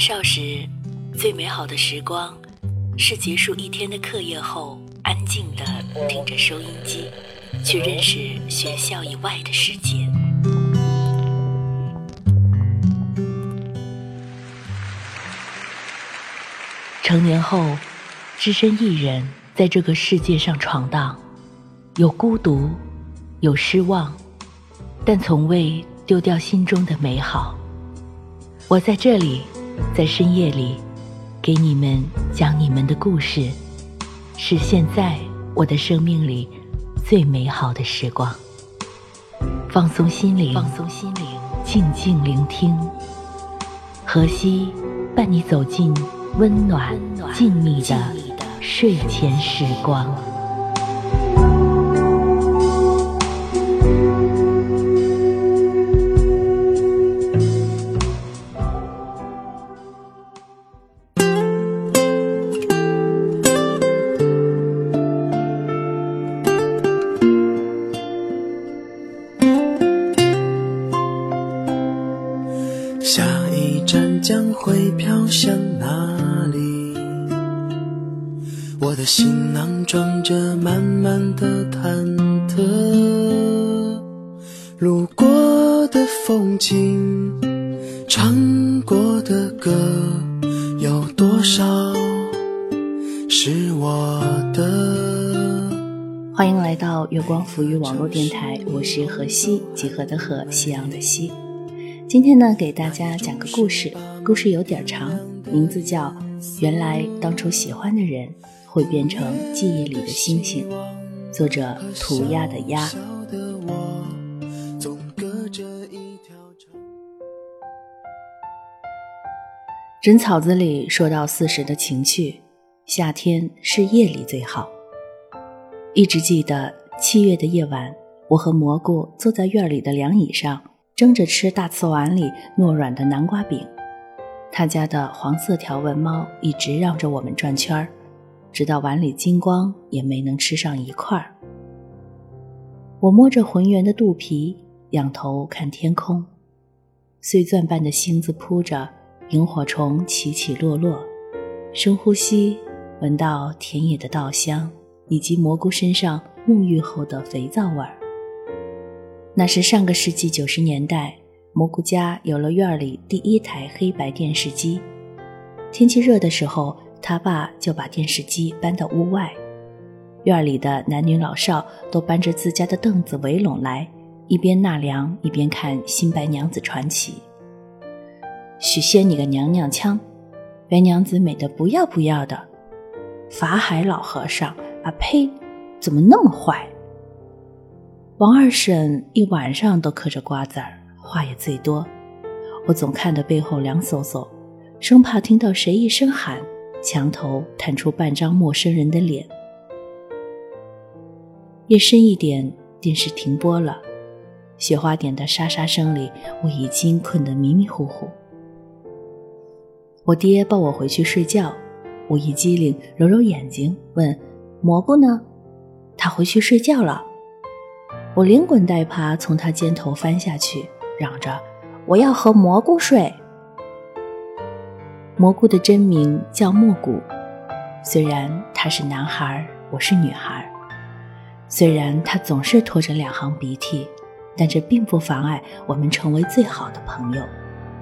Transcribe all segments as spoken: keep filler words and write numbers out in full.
少时，最美好的时光是结束一天的课业后，安静地听着收音机，去认识学校以外的世界。成年后，只身一人在这个世界上闯荡，有孤独，有失望，但从未丢掉心中的美好。我在这里，在深夜里，给你们讲你们的故事，是现在我的生命里最美好的时光。放松心灵，放松心灵，静静聆听。荷西伴你走进温暖静谧的睡前时光。 下一站将会飘向哪里？我的行囊装着满满的忐忑，路过的风景，唱过的歌，有多少是我的？ 欢迎来到月光浮语网络电台，我是荷西，集合的荷，夕阳的夕。今天呢，给大家讲个故事，故事有点长，名字叫原来当初喜欢的人会变成记忆里的星星，作者涂鸦的鸦。枕草子里说到四时的情趣，夏天是夜里最好。一直记得七月的夜晚，我和蘑菇坐在院里的凉椅上，争着吃大瓷碗里糯软的南瓜饼。他家的黄色条纹猫一直绕着我们转圈，直到碗里精光也没能吃上一块。我摸着浑圆的肚皮，仰头看天空，碎钻般的星子扑着，萤火虫起起落落。深呼吸，闻到田野的稻香，以及蘑菇身上沐浴后的肥皂味儿。那是上个世纪九十年代，蘑菇家有了院里第一台黑白电视机。天气热的时候，他爸就把电视机搬到屋外，院里的男女老少都搬着自家的凳子围拢来，一边纳凉一边看《新白娘子传奇》。许仙你个娘娘腔，白娘子美得不要不要的，法海老和尚啊呸，怎么那么坏？王二婶一晚上都嗑着瓜子儿，话也最多。我总看得背后凉飕飕，生怕听到谁一声喊，墙头探出半张陌生人的脸。夜深一点，电视停播了，雪花点的沙沙声里，我已经困得迷迷糊糊。我爹抱我回去睡觉，我一激灵，揉揉眼睛，问蘑菇呢？他回去睡觉了。我连滚带爬从他肩头翻下去，嚷着我要和蘑菇睡。蘑菇的真名叫蘑菇，虽然他是男孩，我是女孩，虽然他总是拖着两行鼻涕，但这并不妨碍我们成为最好的朋友。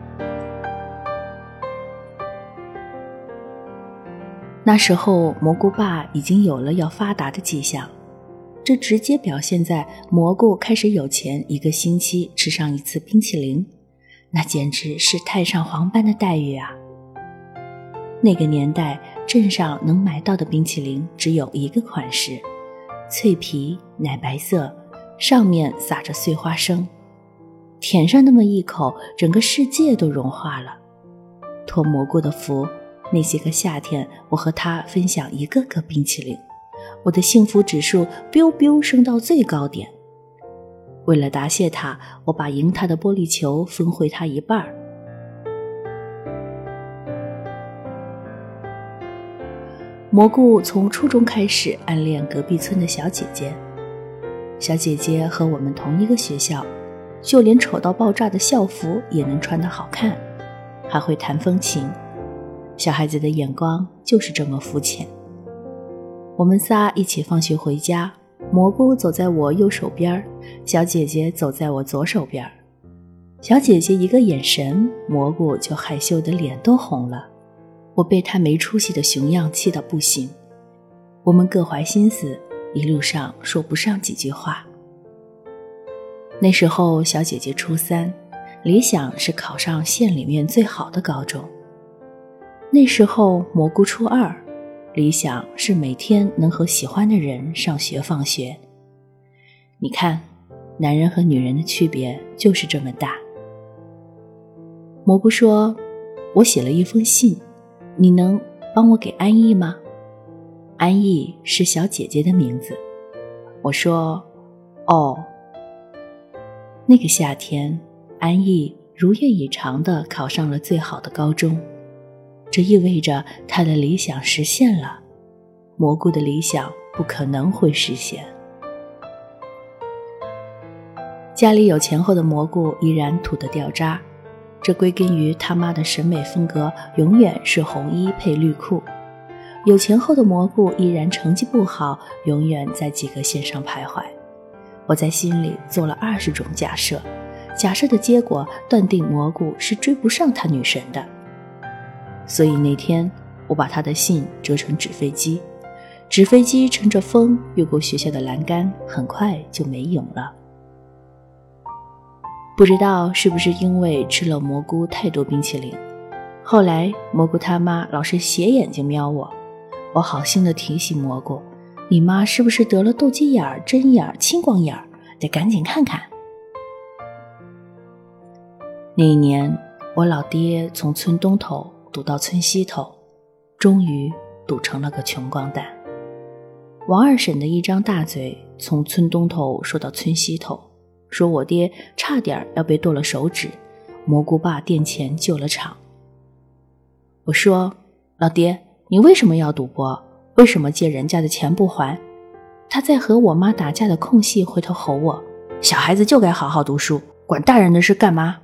那时候蘑菇爸已经有了要发达的迹象，这直接表现在蘑菇开始有钱，一个星期吃上一次冰淇淋，那简直是太上皇般的待遇啊！那个年代，镇上能买到的冰淇淋只有一个款式，脆皮奶白色，上面撒着碎花生，舔上那么一口，整个世界都融化了。托蘑菇的福，那些个夏天，我和他分享一个个冰淇淋，我的幸福指数 biu biu 升到最高点。为了答谢他，我把赢他的玻璃球分回他一半。蘑菇从初中开始暗恋隔壁村的小姐姐，小姐姐和我们同一个学校，就连丑到爆炸的校服也能穿得好看，还会弹风琴， 小孩子的眼光就是这么肤浅。我们仨一起放学回家，蘑菇走在我右手边，小姐姐走在我左手边。小姐姐一个眼神，蘑菇就害羞的脸都红了。我被她没出息的熊样气到不行。我们各怀心思，一路上说不上几句话。那时候小姐姐初三，理想是考上县里面最好的高中。那时候蘑菇初二，理想是每天能和喜欢的人上学放学。你看，男人和女人的区别就是这么大。蘑菇说，我写了一封信，你能帮我给安逸吗？安逸是小姐姐的名字。我说，哦。那个夏天，安逸如愿以偿地考上了最好的高中，这意味着她的理想实现了。蘑菇的理想不可能会实现。家里有钱后的蘑菇依然土得掉渣，这归根于他妈的审美风格永远是红衣配绿裤。有钱后的蘑菇依然成绩不好，永远在及格线上徘徊。我在心里做了二十种假设，假设的结果断定蘑菇是追不上他女神的。所以那天我把他的信折成纸飞机，纸飞机乘着风越过学校的栏杆，很快就没影了。不知道是不是因为吃了蘑菇太多冰淇淋，后来蘑菇他妈老是斜眼睛瞄我，我好心地提醒蘑菇，你妈是不是得了斗鸡眼、针眼、青光眼，得赶紧看看。那一年，我老爹从村东头赌到村西头，终于赌成了个穷光蛋。王二婶的一张大嘴从村东头说到村西头，说我爹差点要被剁了手指，蘑菇爸垫钱救了场。我说，老爹，你为什么要赌博？为什么借人家的钱不还？他在和我妈打架的空隙回头吼我，小孩子就该好好读书，管大人的事干嘛？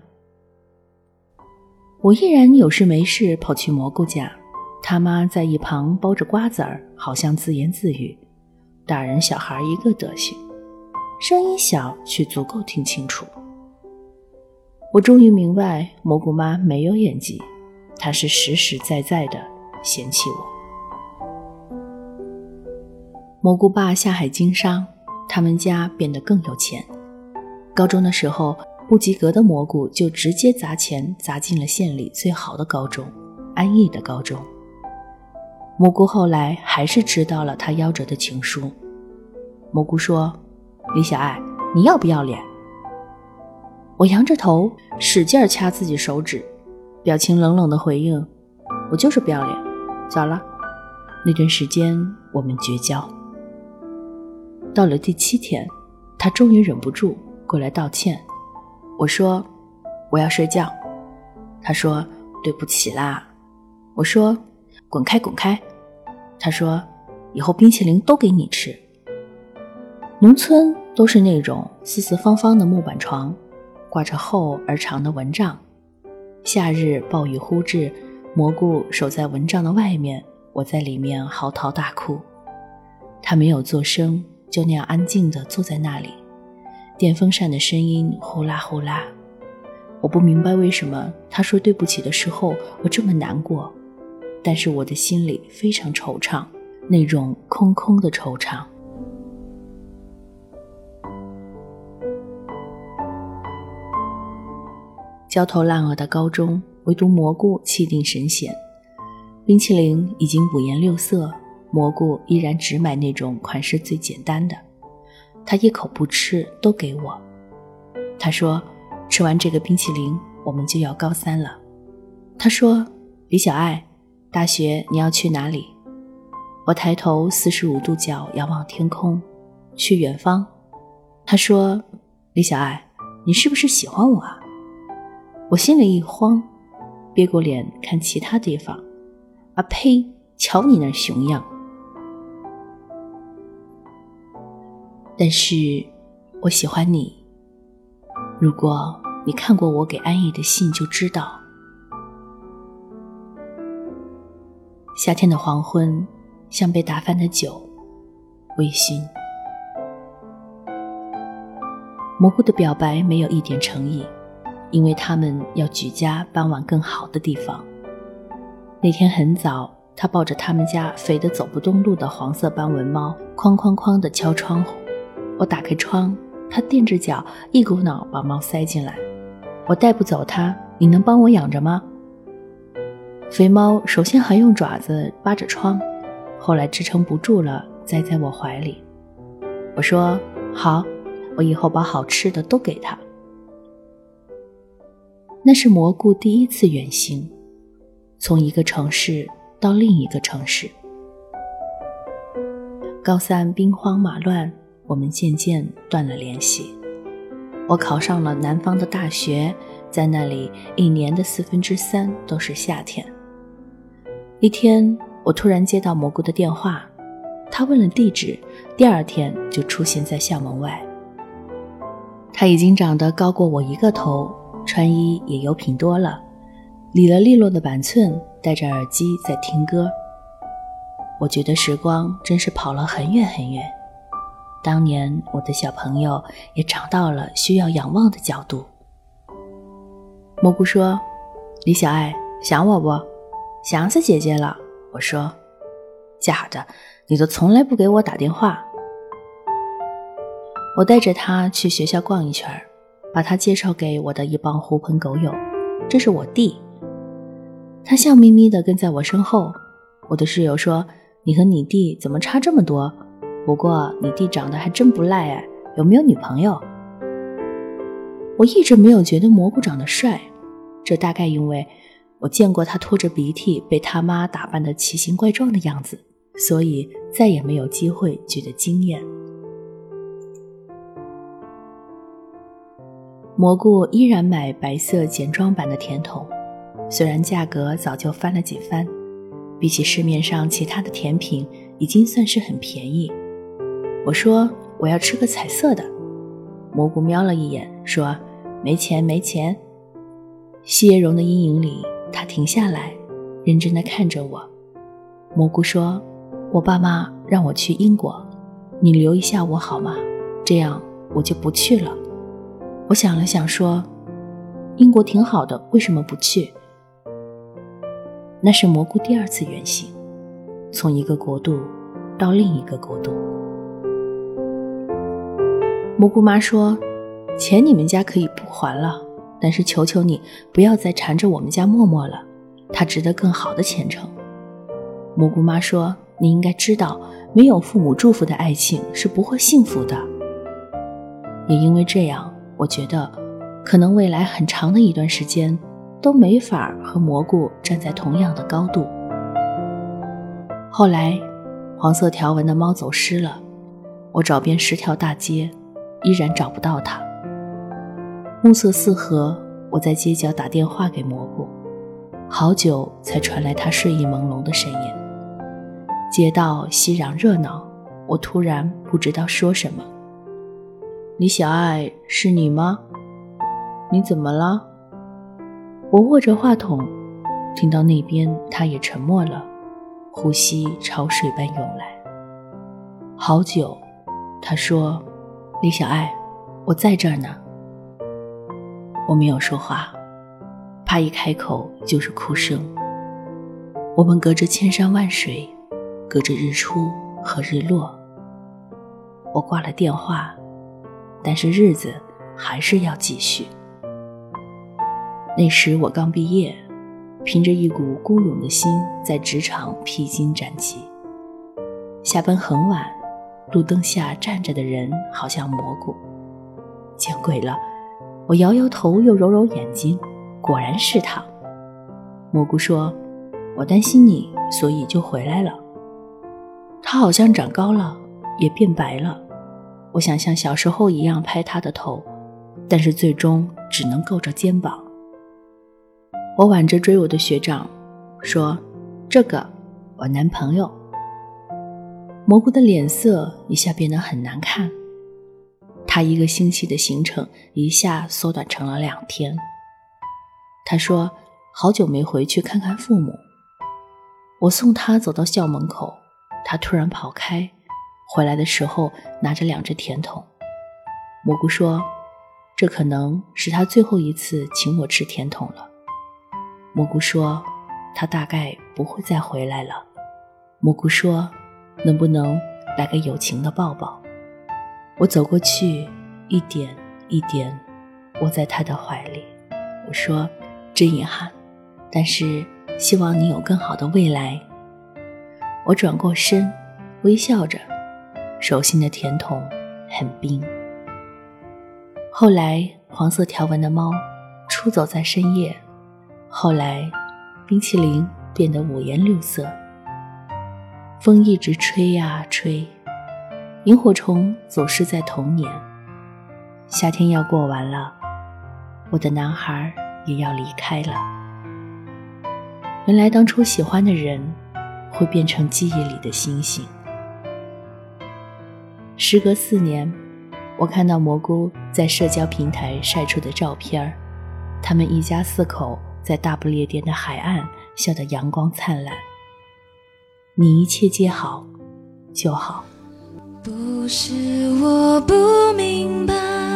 我依然有事没事跑去蘑菇家，他妈在一旁包着瓜子儿，好像自言自语，大人小孩一个德行，声音小却足够听清楚。我终于明白蘑菇妈没有演技，她是实实在在的嫌弃我。蘑菇爸下海经商，他们家变得更有钱。高中的时候，不及格的蘑菇就直接砸钱砸进了县里最好的高中，安逸的高中。蘑菇后来还是知道了他夭折的情书。蘑菇说，李小爱，你要不要脸？我扬着头使劲掐自己手指，表情冷冷的回应，我就是不要脸，咋了？那段时间我们绝交。到了第七天，他终于忍不住过来道歉。我说，我要睡觉。他说，对不起啦。我说，滚开滚开。他说，以后冰淇淋都给你吃。农村都是那种四四方方的木板床，挂着厚而长的蚊帐。夏日暴雨忽至，蘑菇守在蚊帐的外面，我在里面嚎啕大哭。他没有作声，就那样安静地坐在那里，电风扇的声音呼啦呼啦。我不明白为什么他说对不起的时候我这么难过，但是我的心里非常惆怅，那种空空的惆怅。焦头烂额的高中，唯独蘑菇气定神闲。冰淇淋已经五颜六色，蘑菇依然只买那种款式最简单的。他一口不吃，都给我。他说，吃完这个冰淇淋，我们就要高三了。他说，李小爱，大学你要去哪里？我抬头四十五度角仰望天空，去远方。他说，李小爱，你是不是喜欢我啊？我心里一慌，别过脸看其他地方。啊呸，瞧你那熊样。但是我喜欢你，如果你看过我给安逸的信就知道。 夏天的黄昏像被打翻的酒，微醺。蘑菇的表白没有一点诚意，因为他们要举家搬往更好的地方。那天很早，他抱着他们家肥得走不动路的黄色斑纹猫，哐哐哐地敲窗户。我打开窗，他垫着脚，一股脑把猫塞进来。我带不走它，你能帮我养着吗？肥猫首先还用爪子扒着窗，后来支撑不住了，栽在我怀里。我说好，我以后把好吃的都给它。那是蘑菇第一次远行，从一个城市到另一个城市。高三兵荒马乱，我们渐渐断了联系。我考上了南方的大学，在那里一年的四分之三都是夏天。一天，我突然接到蘑菇的电话，他问了地址，第二天就出现在校门外。他已经长得高过我一个头，穿衣也有品多了，理了利落的板寸，戴着耳机在听歌。我觉得时光真是跑了很远很远，当年我的小朋友也长到了需要仰望的角度。蘑菇说，李小爱，想我不？想死姐姐了。我说，假的，你都从来不给我打电话。我带着他去学校逛一圈，把他介绍给我的一帮狐朋狗友，这是我弟。他笑眯眯地跟在我身后。我的室友说，你和你弟怎么差这么多？不过你弟长得还真不赖哎，有没有女朋友？我一直没有觉得蘑菇长得帅，这大概因为我见过他拖着鼻涕被他妈打扮得奇形怪状的样子，所以再也没有机会觉得惊艳。蘑菇依然买白色简装版的甜筒，虽然价格早就翻了几番，比起市面上其他的甜品已经算是很便宜。我说我要吃个彩色的，蘑菇瞄了一眼说没钱没钱。细叶榕的阴影里，他停下来认真地看着我。蘑菇说，我爸妈让我去英国，你留一下我好吗？这样我就不去了。我想了想说，英国挺好的，为什么不去？那是蘑菇第二次远行，从一个国度到另一个国度。蘑菇妈说，钱你们家可以不还了，但是求求你不要再缠着我们家默默了，他值得更好的前程。蘑菇妈说，你应该知道，没有父母祝福的爱情是不会幸福的。也因为这样，我觉得可能未来很长的一段时间都没法和蘑菇站在同样的高度。后来黄色条纹的猫走失了，我找遍十条大街依然找不到它。暮色四合，我在街角打电话给蘑菇，好久才传来他睡意朦胧的声音。街道熙攘热闹，我突然不知道说什么。李小爱，是你吗？你怎么了？我握着话筒，听到那边他也沉默了，呼吸潮水般涌来。好久，他说，李小爱，我在这儿呢。我没有说话，怕一开口就是哭声。我们隔着千山万水，隔着日出和日落。我挂了电话，但是日子还是要继续。那时我刚毕业，凭着一股孤勇的心在职场披荆斩棘。下班很晚，路灯下站着的人好像蘑菇。见鬼了，我摇摇头又揉揉眼睛，果然是他。蘑菇说，我担心你，所以就回来了。他好像长高了，也变白了。我想像小时候一样拍他的头，但是最终只能够着肩膀。我挽着追我的学长说，这个我男朋友。蘑菇的脸色一下变得很难看，他一个星期的行程一下缩短成了两天。他说好久没回去看看父母。 我送他走到校门口，他突然跑开，回来的时候拿着两只甜筒。蘑菇说，这可能是他最后一次请我吃甜筒了。蘑菇说，他大概不会再回来了。蘑菇说，能不能来个友情的抱抱？我走过去，一点一点窝在他的怀里。我说，真遗憾，但是希望你有更好的未来。我转过身，微笑着，手心的甜筒很冰。后来黄色条纹的猫出走在深夜，后来冰淇淋变得五颜六色。风一直吹呀吹，萤火虫走失在童年。夏天要过完了，我的男孩也要离开了。原来当初喜欢的人会变成记忆里的星星。时隔四年，我看到蘑菇在社交平台晒出的照片，他们一家四口在大不列颠的海岸笑得阳光灿烂。你一切皆好就好。 不是我不明白，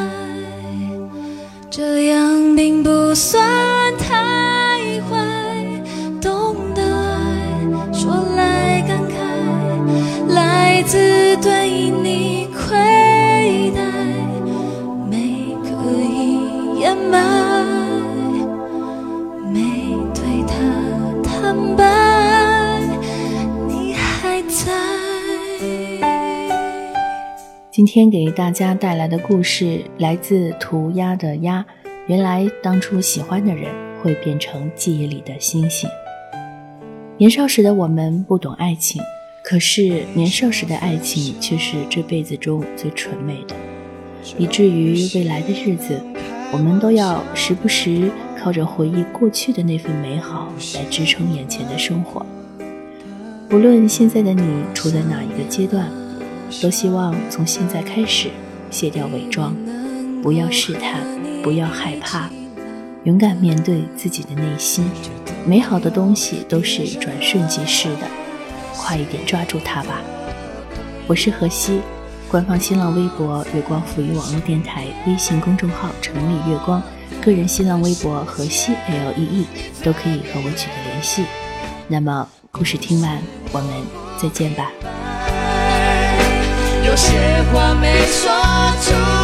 这样并不算太坏，懂得爱说来感慨，来自对你亏待，没可以掩埋，没对他坦白，你还在。 今天给大家带来的故事来自涂鸦的鸦。原来当初喜欢的人会变成记忆里的星星。年少时的我们不懂爱情，可是年少时的爱情却是这辈子中最纯美的，以至于未来的日子，我们都要时不时靠着回忆过去的那份美好来支撑眼前的生活。无论现在的你处在哪一个阶段，都希望从现在开始卸掉伪装，不要试探，不要害怕，勇敢面对自己的内心。美好的东西都是转瞬即逝的，快一点抓住它吧。我是何西，官方新浪微博月光赋予网络电台，微信公众号城里月光，个人新浪微博何西 L E E 都可以和我取得联系。那么故事听完，我们再见吧。 有些话没说出